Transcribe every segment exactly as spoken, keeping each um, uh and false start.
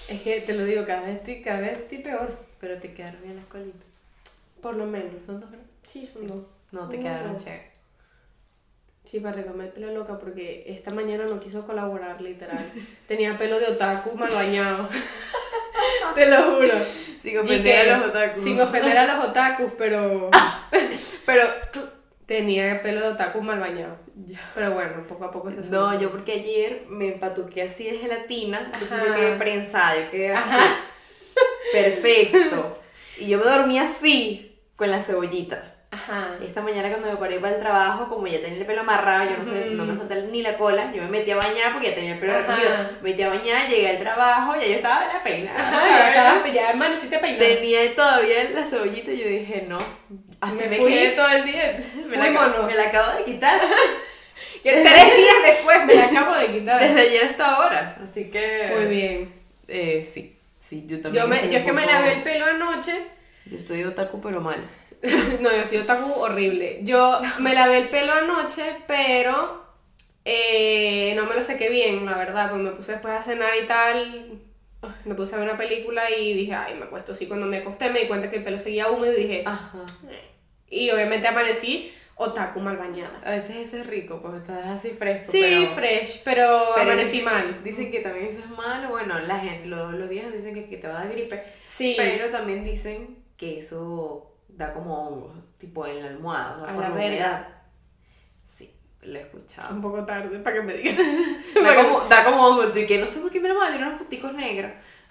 Es que te lo digo, cada vez estoy, cada vez estoy peor. Pero te quedaron bien las colitas. Por lo menos. ¿Son dos, no? Sí, son Sí. dos. No, te No, quedaron no. chéveres. Sí, para recomértela loca porque esta mañana no quiso colaborar, literal. Tenía pelo de otaku mal bañado. Te lo juro. Sin Y ofender que- a los otakus. Sin ofender a los otakus, pero... Pero Tenía pelo de otaku mal bañado. Ya. Pero bueno, poco a poco se no, solucionó. yo porque ayer me empatuqué así de gelatina, entonces Ajá. yo quedé prensada, yo quedé así. Ajá. Perfecto. Y yo me dormí así, con la cebollita. Ajá. Esta mañana cuando me paré para el trabajo, como ya tenía el pelo amarrado, yo no sé, no me solté ni la cola, yo me metí a bañar porque ya tenía el pelo Ajá. recogido. Me metí a bañar, llegué al trabajo, ya yo estaba en la pena. Ajá, ya estaba, ya amaneciste peinado. Tenía todavía la cebollita y yo dije, no, así Me me, fui- quedé todo el día. Me la, acabo, Fuímonos. me la acabo de quitar. Que tres días después me la acabo de quitar. Desde ayer hasta ahora, así que... Muy bien. Eh, sí, sí, yo también. Yo, me, soy yo un es que me poco- lavé el pelo anoche. Yo estoy otaku pero mal. No, yo soy otaku horrible. Yo me lavé el pelo anoche, pero eh, no me lo sequé bien, la verdad, porque me puse después a cenar y tal. Me puse a ver una película y dije, ay, me acuesto así. Cuando me acosté me di cuenta que el pelo seguía húmedo y dije, Ajá. y obviamente amanecí otaku mal bañada. A veces eso es rico, porque estás así fresco. Sí, pero... fresh, pero, pero amanecí dicen- mal. Dicen que también eso es malo. Bueno, la gente, los, los viejos dicen que, que te va a dar gripe. Sí, Pero también dicen que eso da como hongos, tipo en la almohada. O sea, A por la la verga. humedad. Sí, lo he escuchado. un poco tarde para que me digan. Da como, da como hongo, y que no sé por qué me lo mandan unos puticos negros.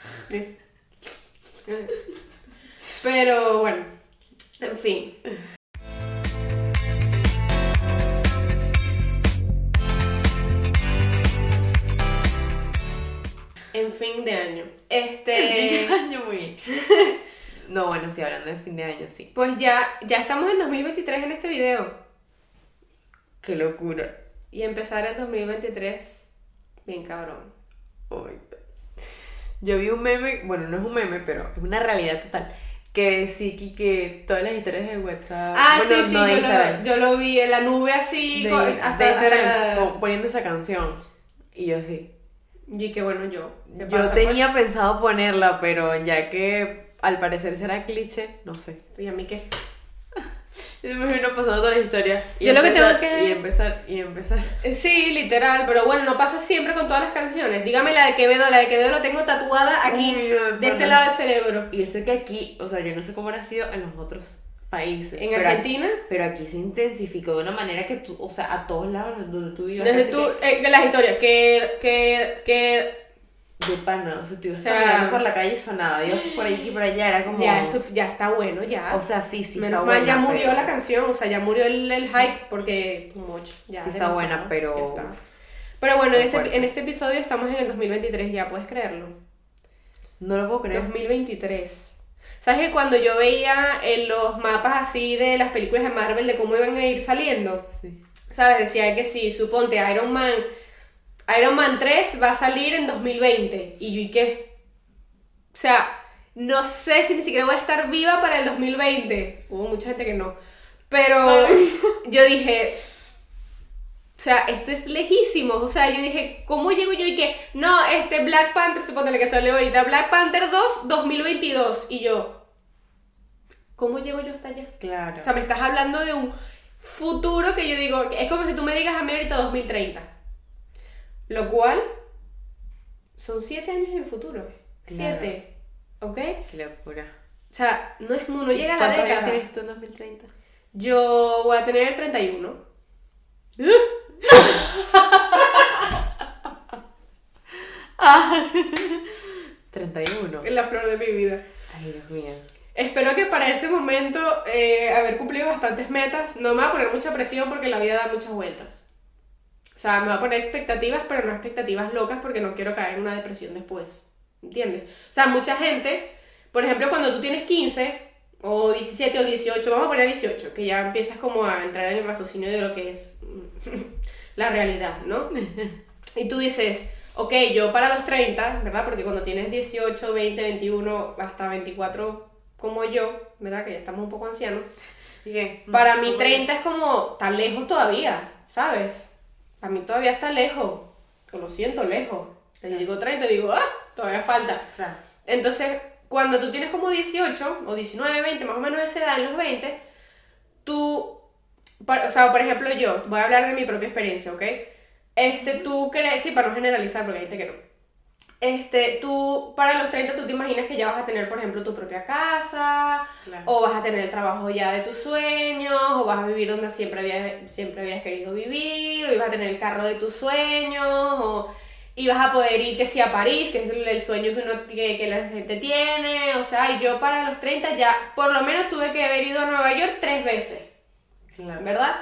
Pero bueno, en fin. En fin de año. Este. año muy bien. No, bueno, sí, hablando de fin de año, sí. Pues ya, ya estamos en dos mil veintitrés en este video. Qué locura. Y empezar el dos mil veintitrés, bien cabrón. Ay, yo vi un meme, bueno, no es un meme, pero es una realidad total. Que sí, que, que todas las historias de WhatsApp. Ah, bueno, sí, sí, no de yo, Instagram, lo, yo lo vi en la nube así, de, con- de hasta, Instagram, hasta la- pon- poniendo esa canción. Y yo sí. Y que bueno, yo. ¿Qué Yo pasa, tenía pensado ponerla, pero ya que al parecer será cliché, no sé. pues? ¿Y a mí qué? Yo me imagino pasando toda la historia. Y Yo lo que empezar, tengo que- Y empezar, y empezar. Eh, Sí, literal, pero bueno, no pasa siempre con todas las canciones. Dígame la de Quevedo, la de Quevedo lo tengo tatuada aquí, Uy, no, de este pana. lado del cerebro. Y eso que aquí, o sea, yo no sé cómo habrá sido en los otros países. En pero Argentina, Aquí, pero aquí se intensificó de una manera que tú, o sea, a todos lados donde tú vivas. desde casi tú, eh, de las historias, que, que, que, que De pana, o sea, tú ibas O sea, caminando por la calle y sonaba, Dios, por aquí y por allá, era como. ya, eso ya está bueno, ya. O sea, sí, sí, Menos está mal buena. ya murió pero- la canción, o sea, ya murió el, el hype porque mucho, ya. Sí está demasiado, buena, pero- ya está. Pero bueno, en Está este, fuerte. en este episodio estamos en el dos mil veintitrés, ya puedes creerlo. No lo puedo creer. dos mil veintitrés. ¿Sabes que cuando yo veía en los mapas así de las películas de Marvel de cómo iban a ir saliendo, Sí. ¿sabes? Decía que sí, suponte Iron Man, Iron Man tres va a salir en dos mil veinte. Y yo, ¿y qué? O sea, no sé si ni siquiera voy a estar viva para el dos mil veinte. Hubo mucha gente que no. Pero yo dije, o sea, esto es lejísimo. O sea, yo dije, ¿cómo llego yo? Y que, no, este Black Panther, supóngale que sale ahorita, Black Panther dos, dos mil veintidós. Y yo, ¿cómo llego yo hasta allá? Claro. O sea, me estás hablando de un futuro que yo digo, es como si tú me digas a mí ahorita dos mil treinta. Lo cual son siete años en el futuro. Claro. Siete. ¿Ok? Qué locura. O sea, no, es, no llega a la ¿Cuántos años década. tienes tú en dos mil treinta? Yo voy a tener treinta y uno. treinta y uno. Es la flor de mi vida. Ay, Dios mío. Espero que para ese momento eh, haber cumplido bastantes metas. No me va a poner mucha presión porque la vida da muchas vueltas. O sea, me va a poner expectativas, pero no expectativas locas porque no quiero caer en una depresión después. ¿Entiendes? O sea, mucha gente, por ejemplo, cuando tú tienes quince o diecisiete o dieciocho, vamos a poner dieciocho, que ya empiezas como a entrar en el raciocinio de lo que es la realidad, ¿no? Y tú dices, ok, yo para los treinta, ¿verdad? Porque cuando tienes dieciocho, veinte, veintiuno, hasta veinticuatro como yo, ¿verdad? Que ya estamos un poco ancianos. ¿Y qué? Para mí treinta es como, tan lejos todavía, ¿sabes? Para mí todavía está lejos. O lo siento, lejos. Yo digo treinta y digo, ah, todavía falta. Claro. Entonces, cuando tú tienes como dieciocho o diecinueve, veinte, más o menos esa edad, en los veinte, tú, o sea, por ejemplo yo, voy a hablar de mi propia experiencia, ¿ok? Este, tú crees, sí, para no generalizar, porque hay gente que no. Este, tú, para los treinta, tú te imaginas que ya vas a tener, por ejemplo, tu propia casa, Claro. o vas a tener el trabajo ya de tus sueños, o vas a vivir donde siempre habías, siempre habías querido vivir, o ibas a tener el carro de tus sueños, o ibas a poder ir que sí a París, que es el sueño que, uno, que, que la gente tiene. O sea, y yo para los treinta ya, por lo menos tuve que haber ido a Nueva York tres veces, Claro. ¿verdad?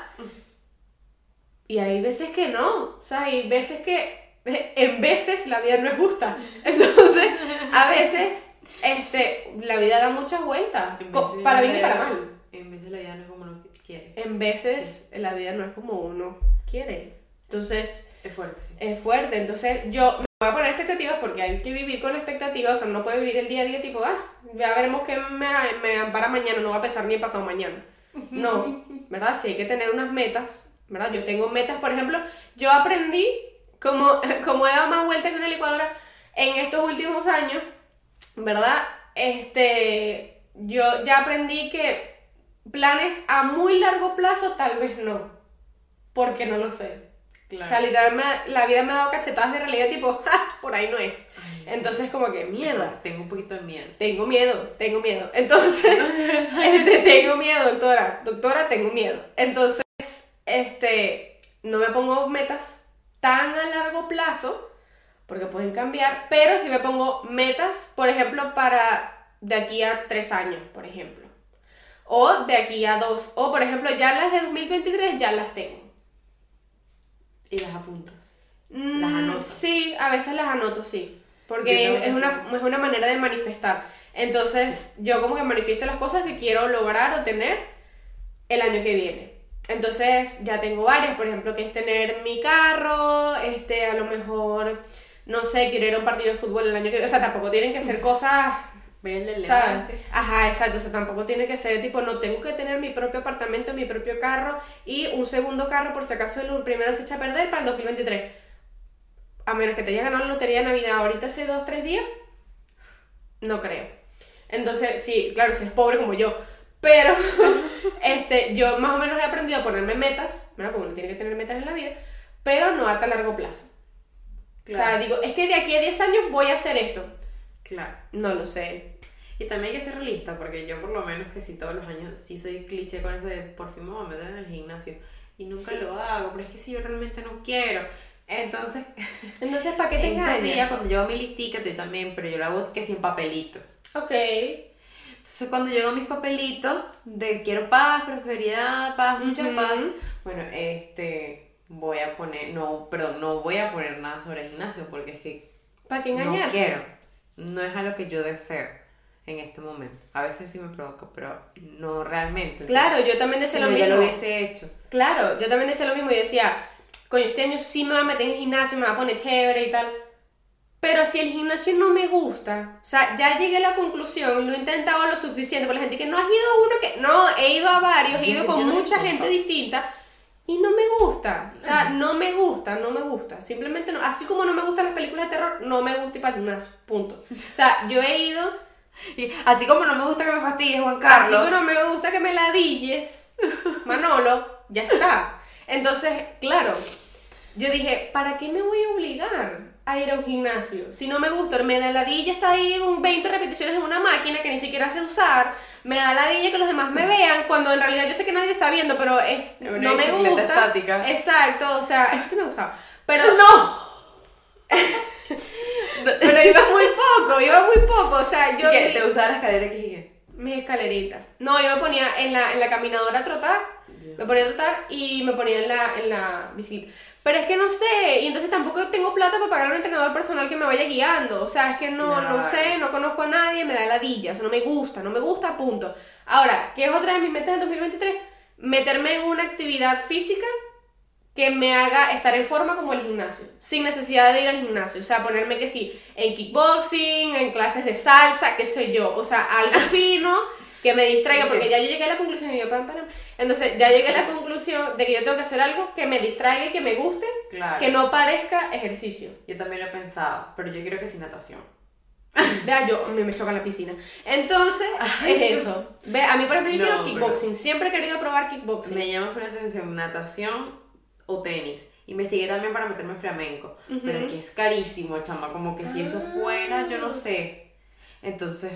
Y hay veces que no, o sea, hay veces que, en veces la vida no es justa. Entonces, a veces, este, la vida da muchas vueltas, En co- veces para la bien y vida- para mal. En veces la vida no es como uno quiere. En veces la vida no es como uno quiere. Entonces, Es fuerte, sí. es fuerte. Entonces, yo me voy a poner expectativas porque hay que vivir con expectativas. O sea, no puede vivir el día a día tipo, ah, ya veremos qué me, me ampara mañana, no va a pesar ni el pasado mañana. No, ¿verdad? Sí hay que tener unas metas, ¿verdad? Yo tengo metas, por ejemplo, yo aprendí, como, como he dado más vueltas que una licuadora en estos últimos años, ¿verdad? Este, yo ya aprendí que planes a muy largo plazo tal vez no, porque no lo sé. Claro. O sea, literalmente la vida me ha dado cachetadas de realidad tipo, ¡ja! Por ahí no es. Entonces como que, mierda. Tengo un poquito de miedo. Tengo miedo, tengo miedo. Entonces, este, tengo miedo, doctora. Doctora, tengo miedo. Entonces, este, no me pongo metas tan a largo plazo, porque pueden cambiar, pero sí me pongo metas, por ejemplo, para de aquí a tres años, por ejemplo. O de aquí a dos. O, por ejemplo, ya las de dos mil veintitrés ya las tengo. Y las apuntas. Mm, Las anotas. Sí, a veces las anoto, sí. Yo Porque tengo que es una, hacer- es una manera de manifestar. Entonces, yo como que manifiesto las cosas que quiero lograr o tener el año que viene. Entonces, ya tengo varias, por ejemplo, que es tener mi carro, este, a lo mejor, no sé, quiero ir a un partido de fútbol el año que viene. O sea, tampoco tienen que ser cosas, Ver el del ¿sabes? levante. Ajá, exacto. O sea, tampoco tiene que ser tipo, no tengo que tener mi propio apartamento, mi propio carro y un segundo carro por si acaso el primero se echa a perder para el dos mil veintitrés. A menos que te hayas ganado la lotería de Navidad ahorita hace dos, tres días, no creo. Entonces, sí, claro, si eres pobre como yo. Pero, este, yo más o menos he aprendido a ponerme metas, ¿verdad? Porque uno tiene que tener metas en la vida, pero no a tan largo plazo. O sea, digo, es que de aquí a diez años voy a hacer esto. Claro. No lo sé. Y también hay que ser realista, porque yo por lo menos que sí todos los años sí soy cliché con eso de por fin me voy a meter en el gimnasio. Y nunca lo hago, pero es que si yo realmente no quiero. Entonces, Entonces, ¿para qué te estos días engañas? cuando llevo mi listica, yo también, pero yo lo hago que sin papelitos. Ok. Entonces cuando llego mis papelitos de quiero paz, prosperidad, paz, mucha Ujú. paz, bueno, este, voy a poner, no, perdón, no voy a poner nada sobre el gimnasio porque es que ¿Para qué engañar? no quiero, no es algo que yo deseo en este momento. A veces sí me provoca, pero no realmente. Claro, yo también decía si lo no, mismo. ya lo hubiese hecho. Claro, yo también decía lo mismo. Yo decía, coño, este año sí me voy a meter en el gimnasio, me va a poner chévere y tal. Pero si el gimnasio no me gusta, o sea, ya llegué a la conclusión, lo he intentado lo suficiente, por la gente que no has ido a uno, que no, he ido a varios, he Yo- ido yo con no mucha entiendo. gente distinta y no me gusta. O sea, no me gusta, no me gusta. Simplemente no. Así como no me gustan las películas de terror, no me gusta ir para el gimnasio. Punto. O sea, yo he ido, Y así como no me gusta que me fastidies, Juan así Carlos. como no me gusta que me ladilles, Manolo, ya está. Entonces, claro, yo dije, ¿para qué me voy a obligar a ir a un gimnasio? Si no me gusta, me da ladilla está ahí con veinte repeticiones en una máquina que ni siquiera sé usar, me da ladilla que los demás me vean, cuando en realidad yo sé que nadie está viendo, pero es, Una no me bicicleta gusta. estática. Exacto, o sea, eso sí me gustaba. Pero no. Pero iba muy poco, iba muy poco, o sea, yo... ¿Y qué? ¿Te gustaba la escalera que dije? Mi escalerita. No, yo me ponía en la, en la caminadora a trotar, me ponía a trotar y me ponía en la, en la bicicleta. Pero es que no sé, y entonces tampoco tengo plata para pagar a un entrenador personal que me vaya guiando. O sea, es que no, Claro. no sé, no conozco a nadie, me da ladilla, o sea, no me gusta, no me gusta, punto. Ahora, ¿qué es otra de mis metas del dos mil veintitrés? Meterme en una actividad física que me haga estar en forma como el gimnasio, sin necesidad de ir al gimnasio. O sea, ponerme que sí, en kickboxing, en clases de salsa, qué sé yo. O sea, algo fino que me distraiga, porque ya yo llegué a la conclusión y yo, pam, pam, entonces ya llegué a la conclusión de que yo tengo que hacer algo que me distraiga y que me guste, Claro. que no parezca ejercicio. Yo también lo he pensado, pero yo quiero que sin natación. Vea, yo, a mí me choca la piscina. Entonces, Ay, es eso. Ve, a mí, por ejemplo, yo no, quiero pero- kickboxing. Siempre he querido probar kickboxing. Me llama la atención natación o tenis. Investigué también para meterme en flamenco, Ujú. pero es que es carísimo, chama, como que si eso Ah. fuera, yo no sé. Entonces,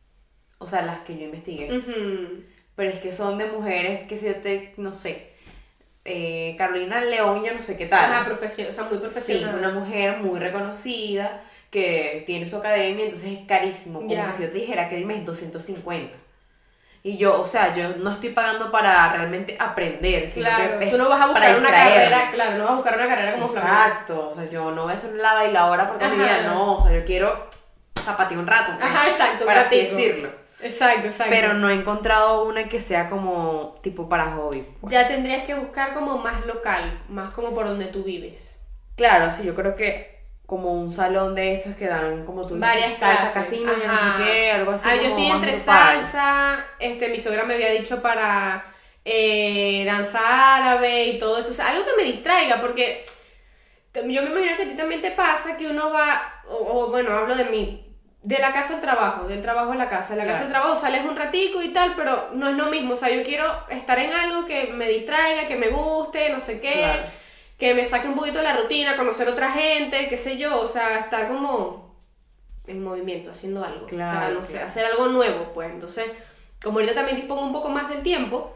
o sea, las que yo investigué. Ujú. Pero es que son de mujeres, que si yo te, no sé, eh, Carolina León, yo no sé qué tal. Ajá, profesional, o sea, muy Sí, profesional. una mujer muy reconocida que tiene su academia, entonces es carísimo. Como Ya. que si yo te dijera que el mes doscientos cincuenta. Y yo, o sea, yo no estoy pagando para realmente aprender, sino Claro, que es tú no vas a para buscar una distraerme. carrera, claro, no vas a buscar una carrera como flamenco. Exacto, o sea, yo no voy a ser la bailadora por toda mi Ajá. vida, no, o sea, yo quiero zapatear un rato, pues, Ajá, exacto, un para así ratico. decirlo. Exacto, exacto. Pero no he encontrado una que sea como tipo para hobby. pues. Ya tendrías que buscar como más local, más como por donde tú vives. Claro, sí, yo creo que como un salón de estos que dan como tú Varias dices, salsa, clases. casino, ya no Ajá. sé qué, algo así. Ah, yo como estoy más entre grupal. salsa, este, mi suegra me había dicho para eh, danza árabe y todo eso, o sea, algo que me distraiga, porque t- yo me imagino que a ti también te pasa que uno va, o, o, bueno, hablo de mí, de la casa al trabajo, del trabajo a la casa, de la casa Claro. al trabajo sales un ratico y tal, pero no es lo mismo, o sea, yo quiero estar en algo que me distraiga, que me guste, no sé qué, Claro. que me saque un poquito de la rutina, conocer otra gente, qué sé yo, o sea, estar como en movimiento, haciendo algo, o sea, Claro, no sé, claro. hacer algo nuevo, pues, entonces, como ahorita también dispongo un poco más del tiempo,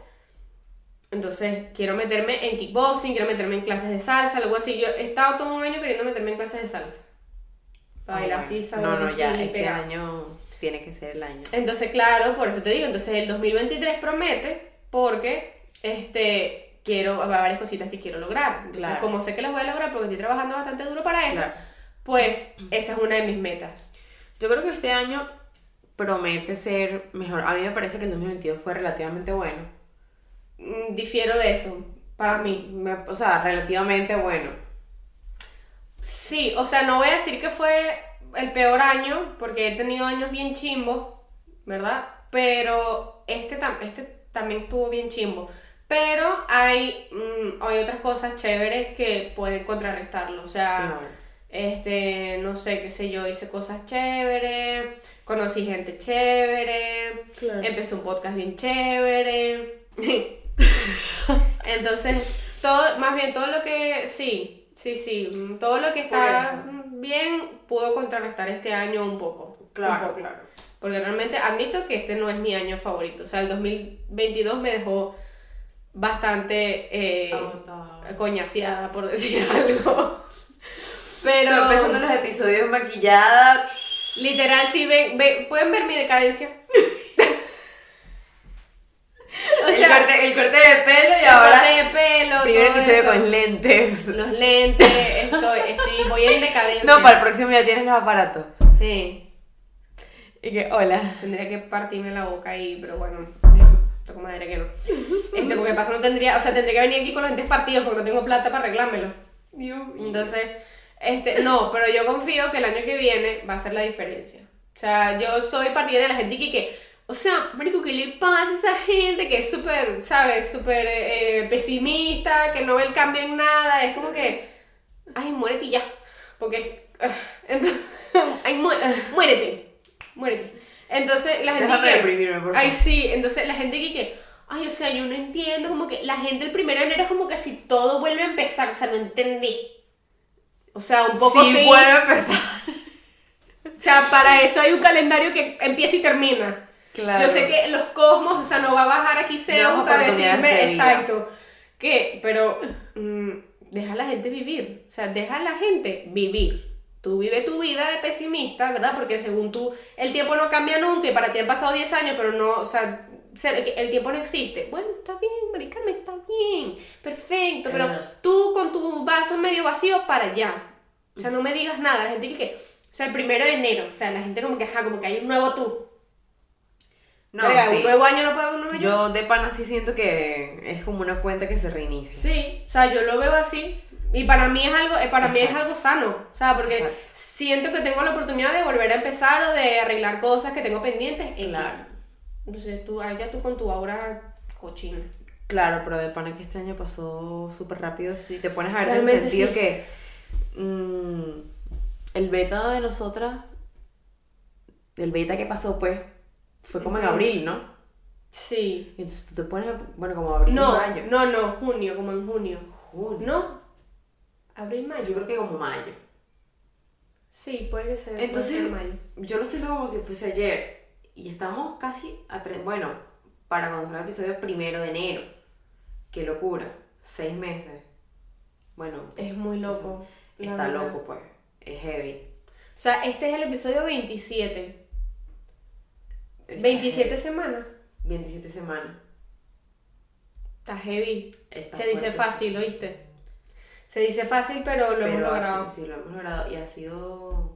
entonces quiero meterme en kickboxing, quiero meterme en clases de salsa, algo así, yo he estado todo un año queriendo meterme en clases de salsa, para bailar Ah, así, bueno. sabroso, No, no, ya, así, este pegado. año tiene que ser el año. Entonces, claro, por eso te digo, entonces el dos mil veintitrés promete porque este quiero varias cositas que quiero lograr. Entonces, Claro. como sé que las voy a lograr porque estoy trabajando bastante duro para eso, Claro. pues esa es una de mis metas. Yo creo que este año promete ser mejor. A mí me parece que el dos mil veintidós fue relativamente bueno. Mm, Difiero de eso, para mí. Me- o sea, relativamente bueno. Sí, o sea, no voy a decir que fue el peor año, porque he tenido años bien chimbos, ¿verdad? Pero este, tam- este también estuvo bien chimbo. Pero hay, mm, hay otras cosas chéveres que pueden contrarrestarlo. O sea, Claro. este, no sé, qué sé yo, hice cosas chéveres, conocí gente chévere, Claro. empecé un podcast bien chévere. Entonces, todo, más bien todo lo que, sí, sí, sí, mm, todo lo que está Por eso. bien pudo contrarrestar este año un poco. Claro, un poco. claro. Porque realmente admito que este no es mi año favorito. O sea, el dos mil veintidós me dejó bastante eh, Agotada. coñaseada, por decir algo. Pero Estoy empezando los episodios maquillada. literal, sí, ven, ven- pueden ver mi decadencia. O el, sea, corte, el corte de pelo y el ahora. corte de pelo, Primer todo episodio eso. con lentes. Los lentes, estoy, estoy, voy en decadencia. No, para el próximo ya tienes los aparatos. Sí, Y que, hola. tendría que partirme la boca ahí, pero bueno, toco madera que no. Este, porque pasa no tendría, o sea, tendría que venir aquí con los lentes partidos porque no tengo plata para arreglármelo. Entonces, este, no, pero yo confío que el año que viene va a ser la diferencia. O sea, yo soy partidaria de la gente que, que o sea, marico, ¿qué le pasa a esa gente que es súper, ¿sabes? Súper eh, pesimista, que no ve el cambio en nada? Es como que, ay, muérete y ya. Porque, uh, entonces, ay, mu- muérete, muérete. Entonces, la gente Déjame que, deprimirme, por favor. ay, sí, entonces la gente que, que, ay, o sea, yo no entiendo, como que la gente el primero de enero es como que si todo vuelve a empezar, o sea, no entendí. O sea, un poco Sí, sí. vuelve a empezar. O sea, para eso hay un calendario que empieza y termina. Claro. Yo sé que los cosmos, o sea, no va a bajar aquí Zeus, Nuevas o sea, oportunidades decirme, de vida. exacto, que, pero mm, deja a la gente vivir, o sea, deja a la gente vivir. Tú vive tu vida de pesimista, ¿verdad? Porque según tú, el tiempo no cambia nunca y para ti han pasado diez años, pero no, o sea, se- el tiempo no existe. Bueno, está bien, maricana, está bien, perfecto, pero Claro. tú con tu vaso medio vacío para allá. O sea, no me digas nada, la gente que, que o sea, el primero de enero, o sea, la gente como que, ajá, como que hay un nuevo tú. No, Verga, sí. un nuevo año no puede haber un nuevo yo. Yo de pana sí siento que es como una cuenta que se reinicia. Sí, o sea, yo lo veo así. Y para mí es algo, eh, para mí es Exacto. algo sano. O sea, porque Exacto. siento que tengo la oportunidad de volver a empezar o de arreglar cosas que tengo pendientes. X. Claro. Entonces tú, ahí ya tú con tu aura cochina. Claro, pero de pana que este año pasó súper rápido. Si te pones a ver en el Realmente sentido sí. que mm, el beta de nosotras, el beta que pasó pues, fue como en Ujú. abril, ¿no? Sí. Entonces tú te pones, a- bueno, como abril, No, mayo. no, no, junio, como en junio. Junio. ¿No? Abril, Yo mayo. creo que como mayo. Sí, puede que sea. Entonces, puede ser mayo. yo lo siento como si fuese ayer. Y estamos casi a tres, bueno, para cuando salga el episodio primero de enero. Qué locura. Seis meses. Bueno, Es muy loco. la está verdad. loco pues. Es heavy. O sea, este es el episodio veintisiete. Está veintisiete heavy. semanas. veintisiete semanas. Está heavy. Está Se dice fuerte, fácil, ¿oíste? Se dice fácil, pero lo Pero hemos logrado. Sí, sí, lo hemos logrado. Y ha sido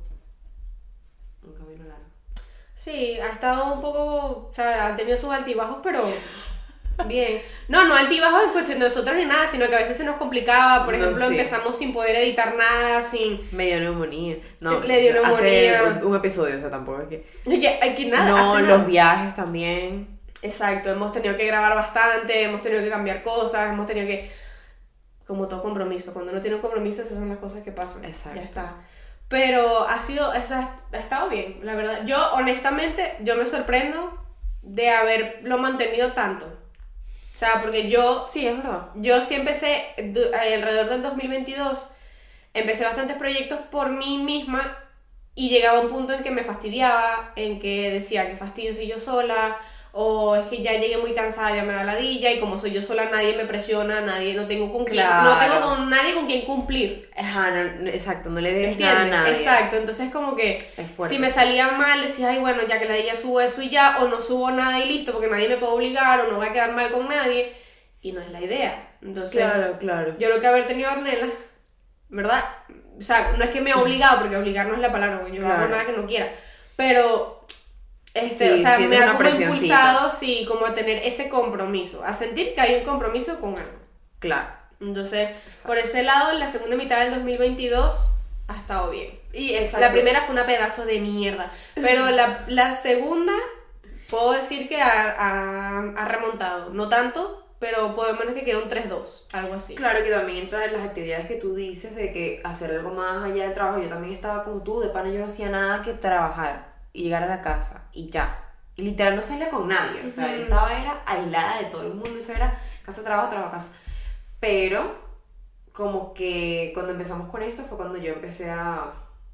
un camino largo. Sí, ha estado un poco, o sea, ha tenido sus altibajos, pero bien. No, no altibajos en cuestión de nosotros ni nada, sino que a veces se nos complicaba. Por No, ejemplo, sí. empezamos sin poder editar nada, sin... Me dio neumonía. No, Le dio neumonía. Hace un, un episodio, o sea, tampoco es que... Que, que nada, no, hace los nada. viajes también. Exacto, hemos tenido que grabar bastante, hemos tenido que cambiar cosas, hemos tenido que... Como todo compromiso, cuando uno tiene un compromiso esas son las cosas que pasan. Exacto. Ya está. Pero ha sido, o sea, ha estado bien, la verdad. Yo, honestamente, yo me sorprendo de haberlo mantenido tanto. O sea, porque yo, Sí, es verdad. yo sí empecé, du- alrededor del dos mil veintidós, empecé bastantes proyectos por mí misma y llegaba un punto en que me fastidiaba, en que decía que fastidio si yo sola, o es que ya llegué muy cansada, ya me da ladilla, y como soy yo sola nadie me presiona, nadie, no tengo con quién, Claro. no tengo con nadie con quien cumplir. Ajá, no, no, exacto, no le debes nada a ¿Entiendes? nadie. Exacto, entonces como que Es fuerte. si me salía mal decía, ay bueno, ya que la ya subo eso y ya, o no subo nada y listo, porque nadie me puede obligar, o no voy a quedar mal con nadie, y no es la idea. Entonces, Claro, claro. yo creo que haber tenido a Arnela, ¿verdad? O sea, no es que me ha obligado, porque obligar no es la palabra, porque yo no hago Claro. nada que no quiera, pero... Este, Sí, o sea, sientes me ha una como presioncita. impulsado, sí, como a tener ese compromiso, a sentir que hay un compromiso con algo. Claro. Entonces, por ese lado, la segunda mitad del dos mil veintidós ha estado bien. Y exacto. La primera fue una pedazo de mierda, pero la, la segunda puedo decir que ha, ha, ha remontado, no tanto, pero por lo menos que quedó un tres dos, algo así. Claro que también entra en las actividades que tú dices de que hacer algo más allá del trabajo. Yo también estaba como tú, de pana yo no hacía nada que trabajar y llegar a la casa y ya. Y literal no salía con nadie, o sea, yo Ujú. estaba era aislada de todo el mundo, eso era casa, trabajo, trabajo, casa. Pero como que cuando empezamos con esto fue cuando yo empecé a,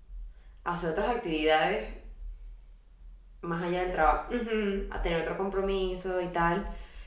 a hacer otras actividades más allá del trabajo, Ujú. a tener otro compromiso y tal.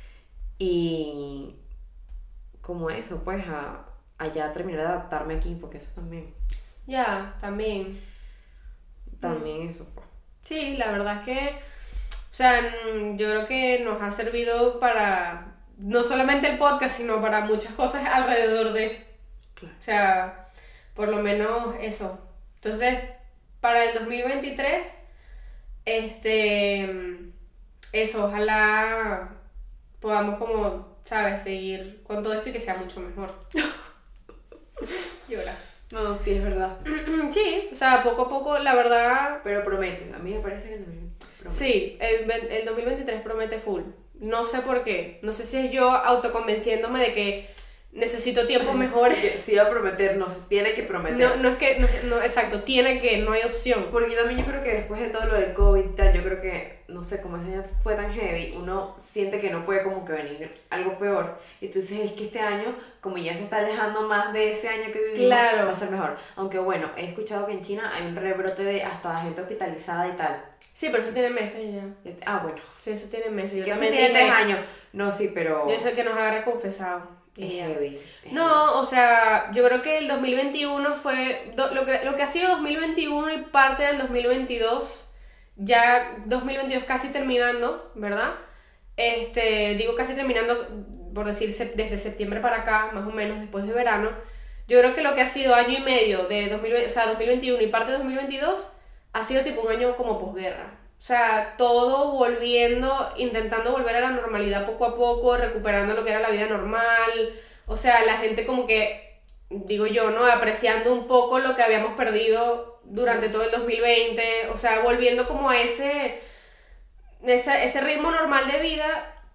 Y como eso, pues a, a ya terminar de adaptarme aquí, porque eso también, Ya, también. también eso, pues. Sí, la verdad es que, o sea, mm, yo creo que nos ha servido para, no solamente el podcast, sino para muchas cosas alrededor de, Claro. o sea, por lo menos eso. Entonces, para el dos mil veintitrés, este, mm, eso, ojalá podamos como, ¿sabes? Seguir con todo esto y que sea mucho mejor. Llora. No, sí, es verdad. Sí, o sea, poco a poco, la verdad, Pero promete, a mí me parece que también promete. sí, el, ve- el dos mil veintitrés promete full. No sé por qué. No sé si es yo autoconvenciéndome de que necesito tiempos Que mejores. sí va a prometer, no, se tiene que prometer. No, no es que, no, no, exacto, tiene que, no hay opción. Porque también yo creo que después de todo lo del COVID y tal, yo creo que, no sé, como ese año fue tan heavy, uno siente que no puede como que venir algo peor. Entonces es que este año, como ya se está alejando más de ese año que vivimos, Claro. va a ser mejor. Aunque bueno, he escuchado que en China hay un rebrote de hasta gente hospitalizada y tal. Sí, pero eso tiene meses ya. Ah, bueno. Sí, eso tiene meses. Yo Que eso también tiene dije, tres años. No, sí, pero yo sé que nos agarre confesado. es Y ya. heavy. es No, o sea, yo creo que el dos mil veintiuno fue, do- lo, que, lo que ha sido dos mil veintiuno y parte del dos mil veintidós, ya dos mil veintidós casi terminando, ¿verdad? Este, digo casi terminando, por decir, sep- desde septiembre para acá, más o menos después de verano. Yo creo que lo que ha sido año y medio de dos mil veinte, o sea, dos mil veintiuno y parte de dos mil veintidós ha sido tipo un año como posguerra. O sea, todo volviendo, intentando volver a la normalidad poco a poco, recuperando lo que era la vida normal. O sea, la gente como que, digo yo, ¿no? Apreciando un poco lo que habíamos perdido durante todo el dos mil veinte. O sea, volviendo como a ese, ese, ese ritmo normal de vida,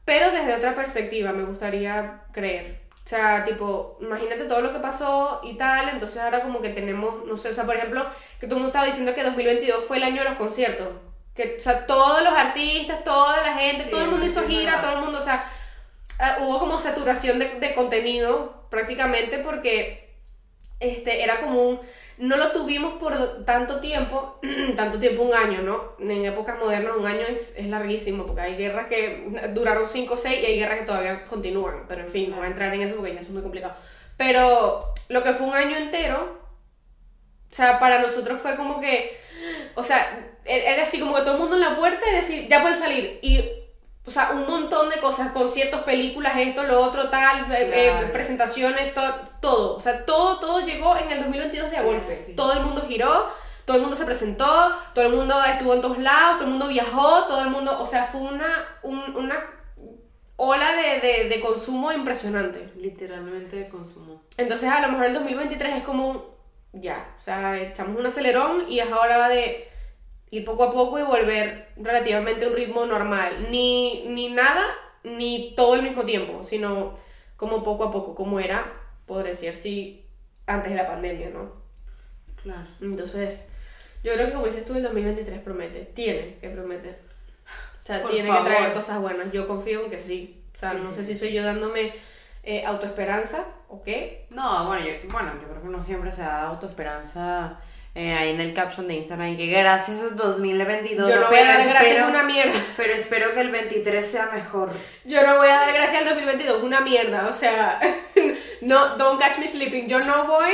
pero desde otra perspectiva, me gustaría creer. O sea, tipo, imagínate todo lo que pasó y tal, entonces ahora como que tenemos, no sé, o sea, por ejemplo, que tú me estabas diciendo que dos mil veintidós fue el año de los conciertos. Que, o sea, todos los artistas, toda la gente, Sí, todo el mundo hizo sí, gira, verdad. todo el mundo, o sea, uh, hubo como saturación de, de contenido prácticamente porque este, era como un... No lo tuvimos por tanto tiempo, tanto tiempo, un año, ¿no? En épocas modernas un año es, es larguísimo, porque hay guerras que duraron cinco o seis y hay guerras que todavía continúan, pero en fin, no voy a entrar en eso porque ya es muy complicado. Pero lo que fue un año entero, o sea, para nosotros fue como que, o sea, era así como que todo el mundo en la puerta y decir, ya pueden salir, y... O sea, un montón de cosas, conciertos, películas, esto, lo otro, tal, claro. eh, presentaciones, to- todo. O sea, todo, todo llegó en el dos mil veintidós de a Sí, golpe. sí. Todo el mundo giró, todo el mundo se presentó, todo el mundo estuvo en todos lados, todo el mundo viajó, todo el mundo... O sea, fue una, un, una ola de, de, de consumo impresionante. Literalmente de consumo. Entonces, a lo mejor el dos mil veintitrés es como un... Ya, o sea, echamos un acelerón y ahora va de... ir poco a poco y volver relativamente a un ritmo normal. Ni, ni nada, ni todo al mismo tiempo, sino como poco a poco, como era, podría decir, sí, antes de la pandemia, ¿no? Claro. Entonces, yo creo que como dices tú, el dos mil veintitrés promete, tiene que prometer. O sea, Por tiene favor. que traer cosas buenas. Yo confío en que sí. O sea, Sí, no sí. sé si soy yo dándome eh, autoesperanza o qué. No, bueno yo, bueno, yo creo que no siempre se da autoesperanza. Eh, ahí en el caption de Instagram, y que gracias a dos mil veintidós. Yo no voy a pero dar gracias espero- a una mierda. Pero espero que el veintitrés sea mejor. Yo no voy a dar gracias al dos mil veintidós, una mierda, o sea, no, don't catch me sleeping. Yo no voy,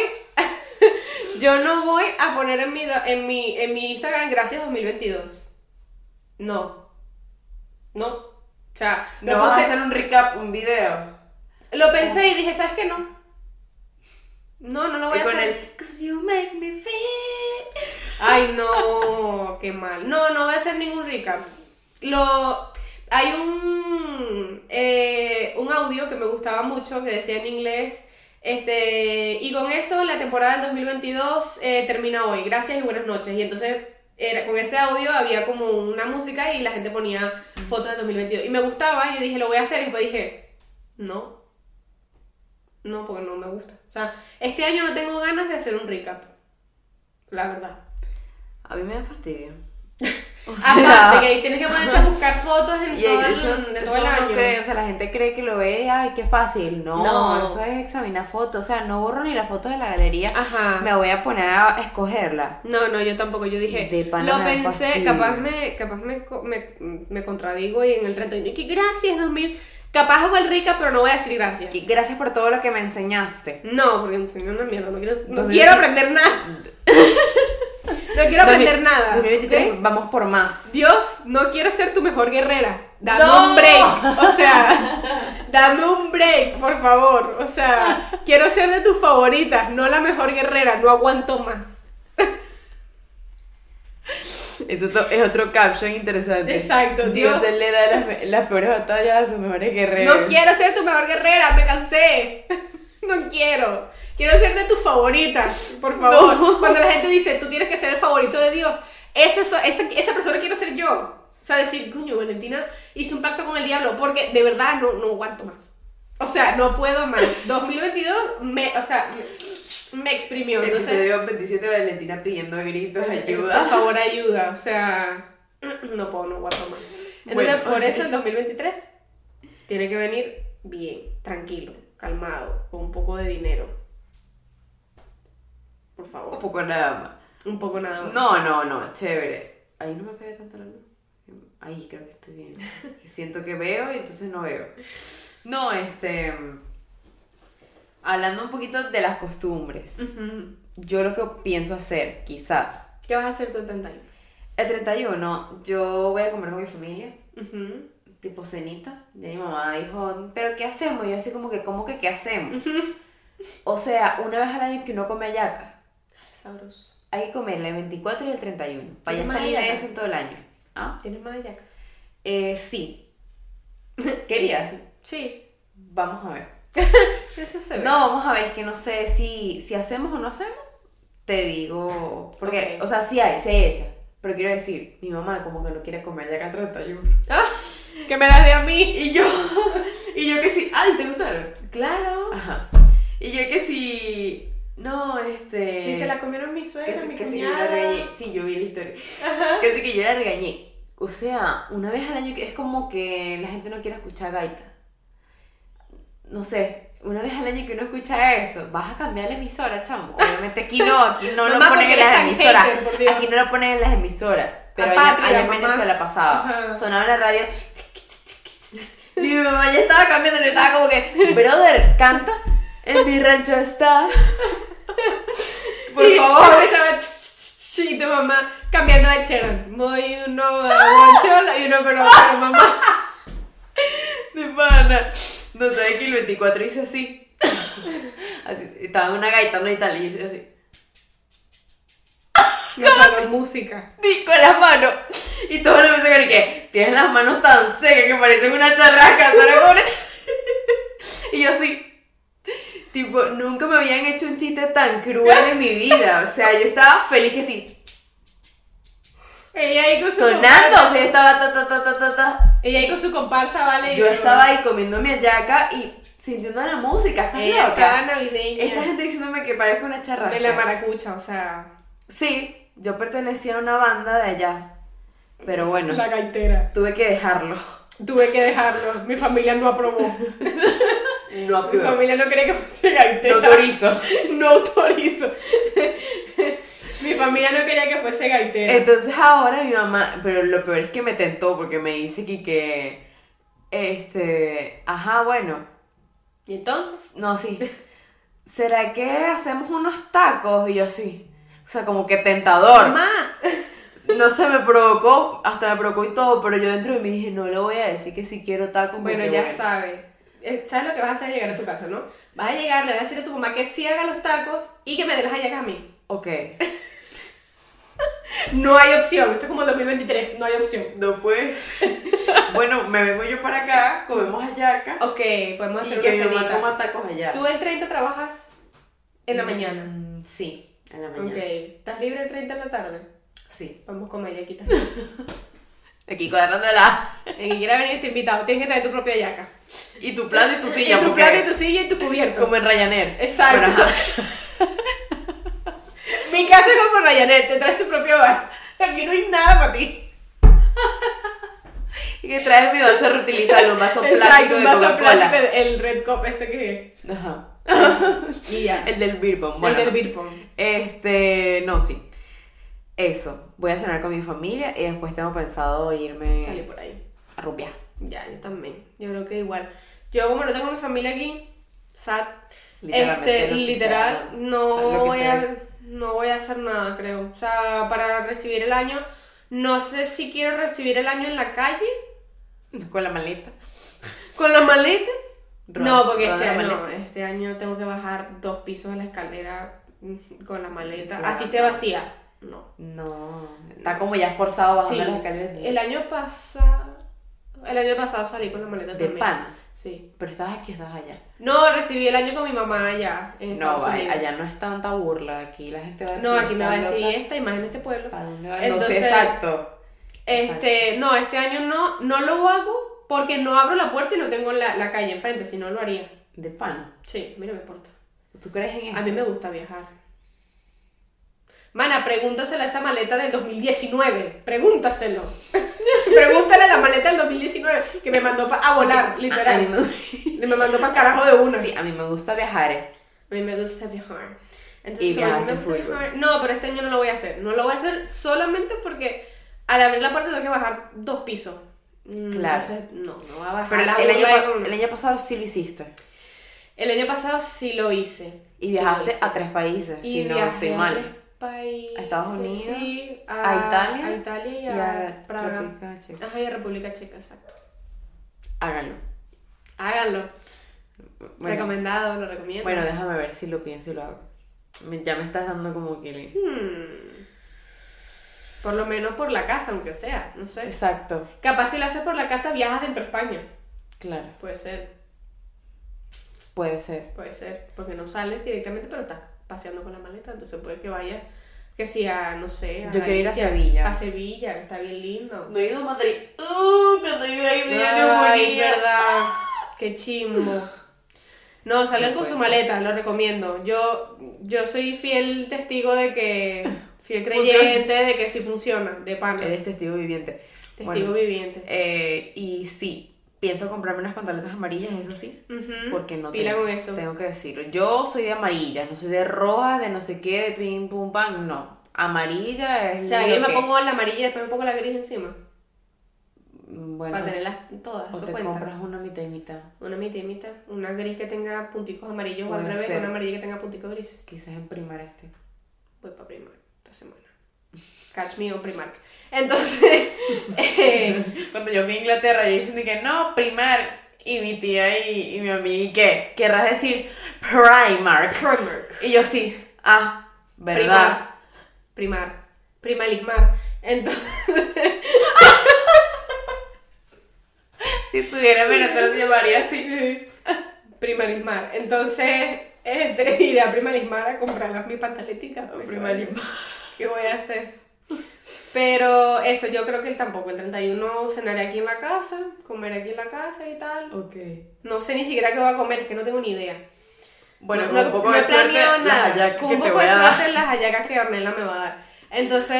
yo no voy a poner en mi, do- en mi, en mi Instagram gracias dos mil veintidós. No, no, o sea, ¿No lo, vas a puse- hacer un recap, un video? lo pensé y dije, ¿sabes qué? No, no, no lo voy Y a con hacer. el "Cause you make me feel". Ay, no, qué mal. No, no voy a hacer ningún recap. Lo, hay un, eh, un audio que me gustaba mucho que decía en inglés, este, y con eso la temporada del dos mil veintidós eh, termina hoy. Gracias y buenas noches. Y entonces era, con ese audio había como una música y la gente ponía fotos del dos mil veintidós. Y me gustaba, y yo dije, lo voy a hacer. Y después dije, no. No, porque no me gusta. O sea, este año no tengo ganas de hacer un recap. La verdad. A mí me da fastidio. O Aparte que tienes que ponerte a buscar fotos en y todo el, eso, de eso todo el no año. cree, o sea, la gente cree que lo ve, ay, qué fácil. No, No. eso es examinar fotos. O sea, no borro ni las fotos de la galería. Ajá. Me voy a poner a escogerla. No, no, yo tampoco. Yo dije, De pana lo me da pensé, fastidio. capaz me capaz me, co- me, me contradigo y en el treinta y uno, y que gracias dos mil, capaz hago el rica, pero no voy a decir gracias. Y gracias por todo lo que me enseñaste. No, porque enseñó una mierda, no quiero, no dos mil quiero veinte aprender nada. No quiero aprender nada. dos mil veintitrés, ¿ok? vamos por más. Dios, no quiero ser tu mejor guerrera. Dame ¡No! un break. O sea, dame un break, por favor. O sea, quiero ser de tus favoritas, no la mejor guerrera. No aguanto más. Eso to- es otro caption interesante. Exacto, Dios, Dios. él le da las, me- las peores batallas a sus mejores guerreros. No quiero ser tu mejor guerrera, me cansé. No quiero. Quiero ser de tus favoritas, por favor. No. Cuando la gente dice, tú tienes que ser el favorito de Dios, esa, so- esa, esa persona quiero ser yo. O sea, decir, coño, Valentina hizo un pacto con el diablo, porque de verdad no, no aguanto más. O sea, no puedo más. dos mil veintidós me, o sea, me, me exprimió. Entonces, Episodio veintisiete de Valentina pidiendo gritos, por ayuda. favor, ayuda. O sea, no puedo, no aguanto más. Entonces, Bueno. por eso el dos mil veintitrés tiene que venir bien, tranquilo, calmado, con un poco de dinero. Por Un favor. poco nada más. Un poco nada más. No, no, no, chévere. Ahí no me pega tanto la luz. Ahí creo que estoy bien. Que siento que veo y entonces no veo. No, este... Hablando un poquito de las costumbres. Ujú. Yo lo que pienso hacer, quizás. ¿Qué vas a hacer tú el treinta y uno? El treinta y uno, yo voy a comer con mi familia. Ujú. Tipo cenita. Ya mi mamá dijo, ¿pero qué hacemos? Y yo así como que, ¿cómo que qué hacemos? O sea, una vez al año que uno come hallaca. Sabroso. Hay que comerle el veinticuatro y el treinta y uno. Para ya ¿Tienes más salir de hallaca? eso en todo el año. ¿Ah? ¿Tienes más hallaca? Eh, sí. ¿Querías? Sí. Sí. Vamos a ver. Eso se ve. No, vamos a ver, es que no sé si, si hacemos o no hacemos. Te digo. Porque, Ok. o sea, sí hay, sí hay hecha. Pero quiero decir, mi mamá como que no quiere comer hallaca el treinta y uno. Ah, ¿Qué me das de a mí? Y yo, y yo que sí, ay, ¿te gustaron? Claro. Ajá. Y yo que sí, no, este... Sí, se la comieron mi suegra, que, sí- mi que sí, yo la cuñada. regañé. Sí, yo vi la historia. Ajá. Que sí que yo la regañé. O sea, una vez al año que es como que la gente no quiere escuchar gaita. No sé, una vez al año que uno escucha eso, vas a cambiar la emisora, chamo. Obviamente aquí no, aquí no Mamá, lo ponen porque en las eres tan emisoras. hater, por Dios. Aquí no lo ponen en las emisoras. Pero allá, Apátrida, allá en mamá. Venezuela pasaba. Ajá. Sonaba en la radio. Y mi mamá ya estaba cambiando, yo estaba como que, brother, canta. En mi rancho está. Por Y favor. empezaba, ch, ch, ch, y tu mamá cambiando de channel. Voy uno a Guanchola y uno pero pero mamá. De pana. No sabes que el veinticuatro hice así. Así, estaba en una gaita, ¿no? Y tal, y yo hice así. No sonó música. Sí, con las manos. Y todos lo empezaron a decir que tienes las manos tan secas que parecen una charrasca. ¿Sabes cómo una charrasca? Y yo así. Tipo, nunca me habían hecho un chiste tan cruel en mi vida. O sea, yo estaba feliz que sí. Ella ahí con su Sonando, comparsa. o sea, yo estaba ta ta ta ta ta ta. Ella ahí con su comparsa, vale. y Yo estaba ahí comiendo mi hallaca y sintiendo la música. ¿Estás Ella estaba loca? navideña. Esta gente diciéndome que parezco una charrasca. De la maracucha, o sea. Sí, yo pertenecía a una banda de allá. Pero bueno, La gaitera. tuve que dejarlo. Tuve que dejarlo. Mi familia no aprobó. No Mi apruebo. familia no quería que fuese gaitera. No autorizo. No autorizo. Mi familia no quería que fuese gaitera. Entonces ahora mi mamá, pero lo peor es que me tentó porque me dice que, que este, ajá, bueno, ¿Y entonces? no, sí. ¿Será que hacemos unos tacos? Y yo sí. O sea, como que tentador. Mamá. No sé, me provocó, hasta me provocó y todo, pero yo dentro de mí dije, no le voy a decir que si quiero tacos. Bueno, porque ya bueno. sabes. Eh, ¿Sabes lo que vas a hacer al llegar a tu casa, no? Vas a llegar, le vas a decir a tu mamá que sí haga los tacos y que me dé las hallacas a mí. Ok. No hay opción. Esto es como dos mil veintitrés. No hay opción. No puedes. Bueno, me vengo yo para acá, comemos hallaca. Ok, podemos Y hacer que una mi mamá cenita. coma tacos allá. ¿Tú el treinta trabajas en la mañana? Mm, sí, en la mañana. Ok. ¿Estás libre el treinta en la tarde? Sí. Vamos con yaquitas. Aquí cuadrándola. El que quiera venir este invitado, tienes que traer tu propia yaca. Y tu plato y tu silla. Y tu porque- plato y tu silla y tu cubierto. Como en Ryanair. Exacto. Bueno, ajá. Mi casa es como Ryanair, te traes tu propio bar. Aquí no hay nada para ti. Y que traes mi vaso reutilizable, un vaso plástico Exacto, de un vaso Coca-Cola. plástico, el, el red cup este que Ajá. y ya. El del beer pong. Bueno, el del beer pong. Este, no, sí. Eso. Voy a cenar con mi familia y después tengo pensado irme Salí por ahí. a rumbear. Ya, yo también. Yo creo que igual. Yo como no tengo mi familia aquí, sad, Literalmente, este, lo que literal, sea, no o sea, lo que voy sea. a, no voy a hacer nada, creo. O sea, para recibir el año, no sé si quiero recibir el año en la calle, Con la maleta. con la maleta. Ron- no, porque ron este, la no, maleta. este año tengo que bajar dos pisos de la escalera mm, con la maleta. Claro. Así esté vacía. No. No, está como ya forzado bajando Sí, las escaleras. el año pasado, el año pasado salí con la maleta De también. pana. Sí. Pero estabas aquí, estabas allá. No, recibí el año con mi mamá allá en No, Estados vaya, Unidos. allá no es tanta burla. Aquí la gente va a decir. No, aquí me va a "Está decir loca". esta imagen de este pueblo. ¿Para dónde va? No Entonces, sé, exacto. Este, no, este año no, no lo hago porque no abro la puerta y no tengo la, la calle enfrente, si no lo haría. De pana. Sí, mira, me importa. ¿Tú crees en eso? A mí me gusta viajar. Mana, pregúntaselo a esa maleta del dos mil diecinueve. Pregúntaselo. Pregúntale a la maleta del dos mil diecinueve que me mandó pa- a volar, A mí literal. me, Me mandó para el carajo de una. sí, a mí me gusta viajar. eh. A mí me gusta viajar. Entonces, Y como a mí me viajaste gusta full, viajar. No, pero este año no lo voy a hacer. No lo voy a hacer solamente porque al abrir la puerta tengo que bajar dos pisos. Mm, Claro. Entonces, no, no va a bajar Pero la el año, burla pa- con- el año pasado sí lo hiciste. El año pasado sí lo hice. Y Sí viajaste lo hice. a tres países, Y si no viajé estoy a mal. tres países. A Estados Unidos, Sí, a Italia a Italia y y a, a Praga. República Checa. Ajá, y a República Checa, exacto. Háganlo. Háganlo. Bueno, Recomendado, lo recomiendo. bueno, déjame ver si lo pienso y lo hago. Me- ya me estás dando como que... le- Hmm. Por lo menos por la casa, aunque sea, no sé. Exacto, Capaz si lo haces por la casa, viajas dentro de España. claro. Puede ser, Puede ser. puede ser. Porque no sales directamente, pero estás paseando con la maleta, entonces puede que vayas Que sí, a, no sé, a Yo quiero ir a Galicia, Sevilla. A Sevilla, que está bien lindo. No he ido a Madrid. Uh, cuando iba ahí me dio Ay, neumonía. verdad. Qué chimbo. No, salgan No con puede su ser. maleta, lo recomiendo. Yo, yo soy fiel testigo de que, fiel creyente de que sí funciona, de pana. Eres testigo viviente. Testigo Bueno, viviente. eh, y sí, pienso comprarme unas pantaletas amarillas, eso sí. Ujú. Porque no Pila tengo, con eso. tengo que decirlo. Yo soy de amarillas, no soy de rojas, de no sé qué, de pim pum pam, no. Amarilla es O sea, lo yo me que- pongo la amarilla y después me pongo la gris encima. Bueno, Para tenerlas todas, o eso te cuenta. compras una mitad y mitad. Una mitad y mitad. Una gris que tenga punticos amarillos o al Puede revés, ser. una amarilla que tenga punticos grises. Quizás en primar este. Voy para Primark esta semana. Catch me on Primark. Entonces, eh, Cuando yo fui a Inglaterra, yo diciendo que no, primar. Y mi tía y, y mi amiga, ¿y qué? Querrás decir Primark. Primark. Y yo sí, ah, ¿verdad? Primar. Primalismar. Entonces, Si estuviera en Venezuela se llamaría así. primalismar. Entonces, este, iré a Primalismar a comprar las mis pantaleticas. pues, Primalismar. ¿Qué voy a hacer? Pero eso, yo creo que él tampoco. El treinta y uno cenaré aquí en la casa, comeré aquí en la casa y tal. Ok. No sé ni siquiera qué voy a comer, es que no tengo ni idea. Bueno, no, con un no- poco no de he suerte, planeado las nada. hallacas Con que un te poco voy de a dar. suerte las hallacas que Ornella me va a dar. Entonces,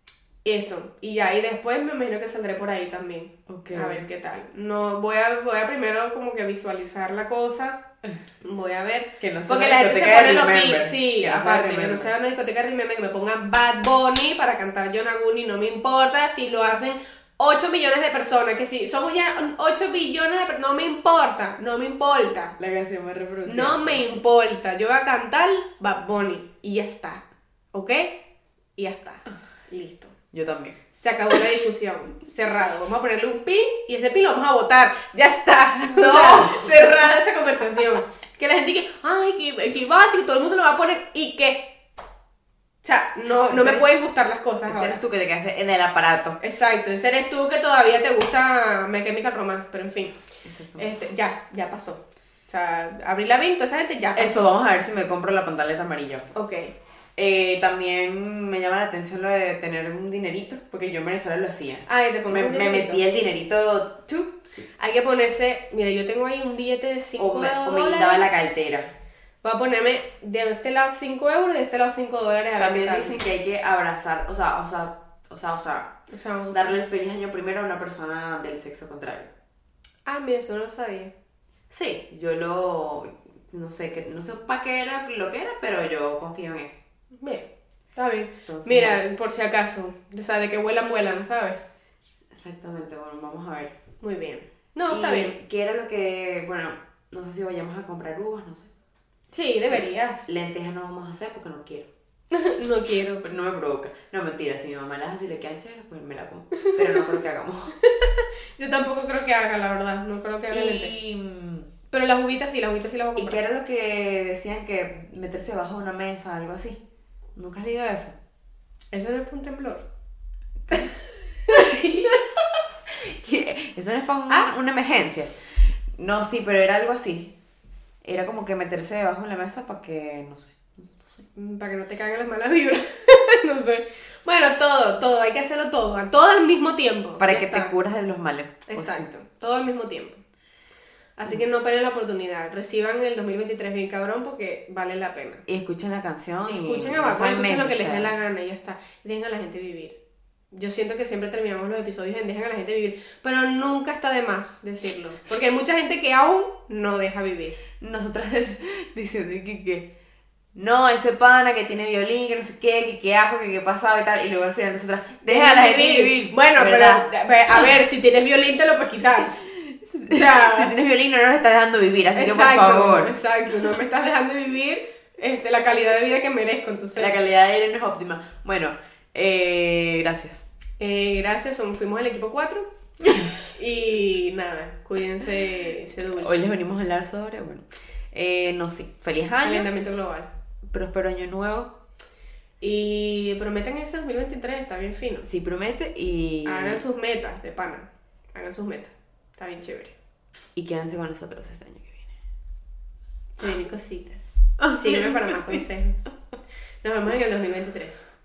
eso. Y ya, y después me imagino que saldré por ahí también. Ok. A ver qué tal. No, voy a, voy a primero como que visualizar la cosa. Voy a ver. Que no sea Porque una la gente se discoteca pone de loquita. Remember. Sí, Que no sea aparte, que Remember. no sea una discoteca de Remember, que me pongan Bad Bunny para cantar John Aguni, no me importa si lo hacen ocho millones de personas, que si somos ya ocho billones de personas, no me importa, no me importa. La canción más reproducida. No me importa, yo voy a cantar Bad Bunny y ya está, ¿ok? Y ya está, listo. Yo también. Se acabó la discusión, cerrado. Vamos a ponerle un pin y ese pin lo vamos a votar. Ya está. No. O sea, cerrada esa conversación. Que la gente dice, ay, que, que básico, todo el mundo lo va a poner. ¿Y qué? O sea, no, no me Ese- pueden gustar las cosas Ese ahora. eres tú que te quedas en el aparato. Exacto, ese eres tú que todavía te gusta My Chemical Romance, pero en fin. Exacto. Este, ya, ya pasó. O sea, Avril Lavigne, toda esa gente ya pasó. Eso, vamos a ver si me compro la pantaleta amarilla. Ok. Eh, también me llama la atención lo de tener un dinerito, porque yo en Venezuela lo hacía. Ay, te Me, pongo un me dinerito. metí el dinerito, tú, Hay que ponerse, mira, yo tengo ahí un billete de cinco o me, o me dólares. guindaba la cartera. Voy a ponerme de este lado cinco euros y de este lado cinco dólares a ver qué También tal. dicen que hay que abrazar, o sea, o sea, o sea, o sea, O sea, vamos- darle el feliz año primero a una persona del sexo contrario. Ah, mira, eso no lo sabía. Sí, yo lo, no sé, que, no sé para qué era lo que era, pero yo confío en eso. Bien, está bien. Entonces, Mira, bueno. por si acaso, o sea, de que vuelan, vuelan, ¿sabes? Exactamente, bueno, vamos a ver. Muy bien. No, está Y bien. ¿qué era lo que, bueno, no sé si vayamos a comprar uvas, no sé. Sí, deberías. Lentejas no vamos a hacer porque no quiero. No quiero. Pero no me provoca. No, mentira, si mi mamá las hace y le quedan chéveres, pues me la como. Pero no creo que hagamos. Yo tampoco creo que haga, la verdad. No creo que haga lente. Y, Pero las uvitas sí, las uvitas sí las voy a ¿Y qué comprar. era lo que decían que meterse debajo de una mesa, algo así? ¿Nunca has leído eso? Eso no es para un temblor. Eso no es para un- Ah. una emergencia. No, sí, pero era algo así. Era como que meterse debajo de la mesa para que, no sé. No sé. Mm, Para que no te caigan las malas vibras. No sé. Bueno, todo, todo. Hay que hacerlo todo. Todo al mismo tiempo. Para Ya que está. te curas de los males. Pues sí. Exacto, todo al mismo tiempo. Así que no pierdan la oportunidad. Reciban el dos mil veintitrés bien cabrón porque vale la pena. Y escuchen la canción. y Escuchen a no Bad Bunny, sean escuchen lo que necios, les o dé sea. la gana y ya está. Y dejen a la gente vivir. Yo siento que siempre terminamos los episodios en dejen a la gente vivir, pero nunca está de más decirlo. Porque hay mucha gente que aún no deja vivir. Nosotras diciendo que, que no, ese pana que tiene violín, que no sé qué, que qué ajo, que qué pasaba y tal. Y luego al final nosotras, deja a la gente vivir. Bueno, pero ¿verdad? a ver, si tienes violín te lo puedes quitar. O Si sea, tienes violín no nos estás dejando vivir, así exacto, que por favor. exacto, no me estás dejando vivir este, la calidad de vida que merezco, entonces... La calidad de aire no es óptima. Bueno, eh, gracias. Eh, gracias, somos, fuimos el equipo cuatro. Y nada, cuídense, se dulce. Hoy les venimos a hablar sobre, bueno, eh, no sé, feliz año, Calentamiento global. próspero año nuevo, Y prometen ese dos mil veintitrés, está bien fino. si promete y, Hagan sus metas de pana. Hagan sus metas. Está bien chévere. y quédense con nosotros este año que viene. Se vienen cositas. Sígueme para más consejos. Nos vemos en el dos mil veintitrés.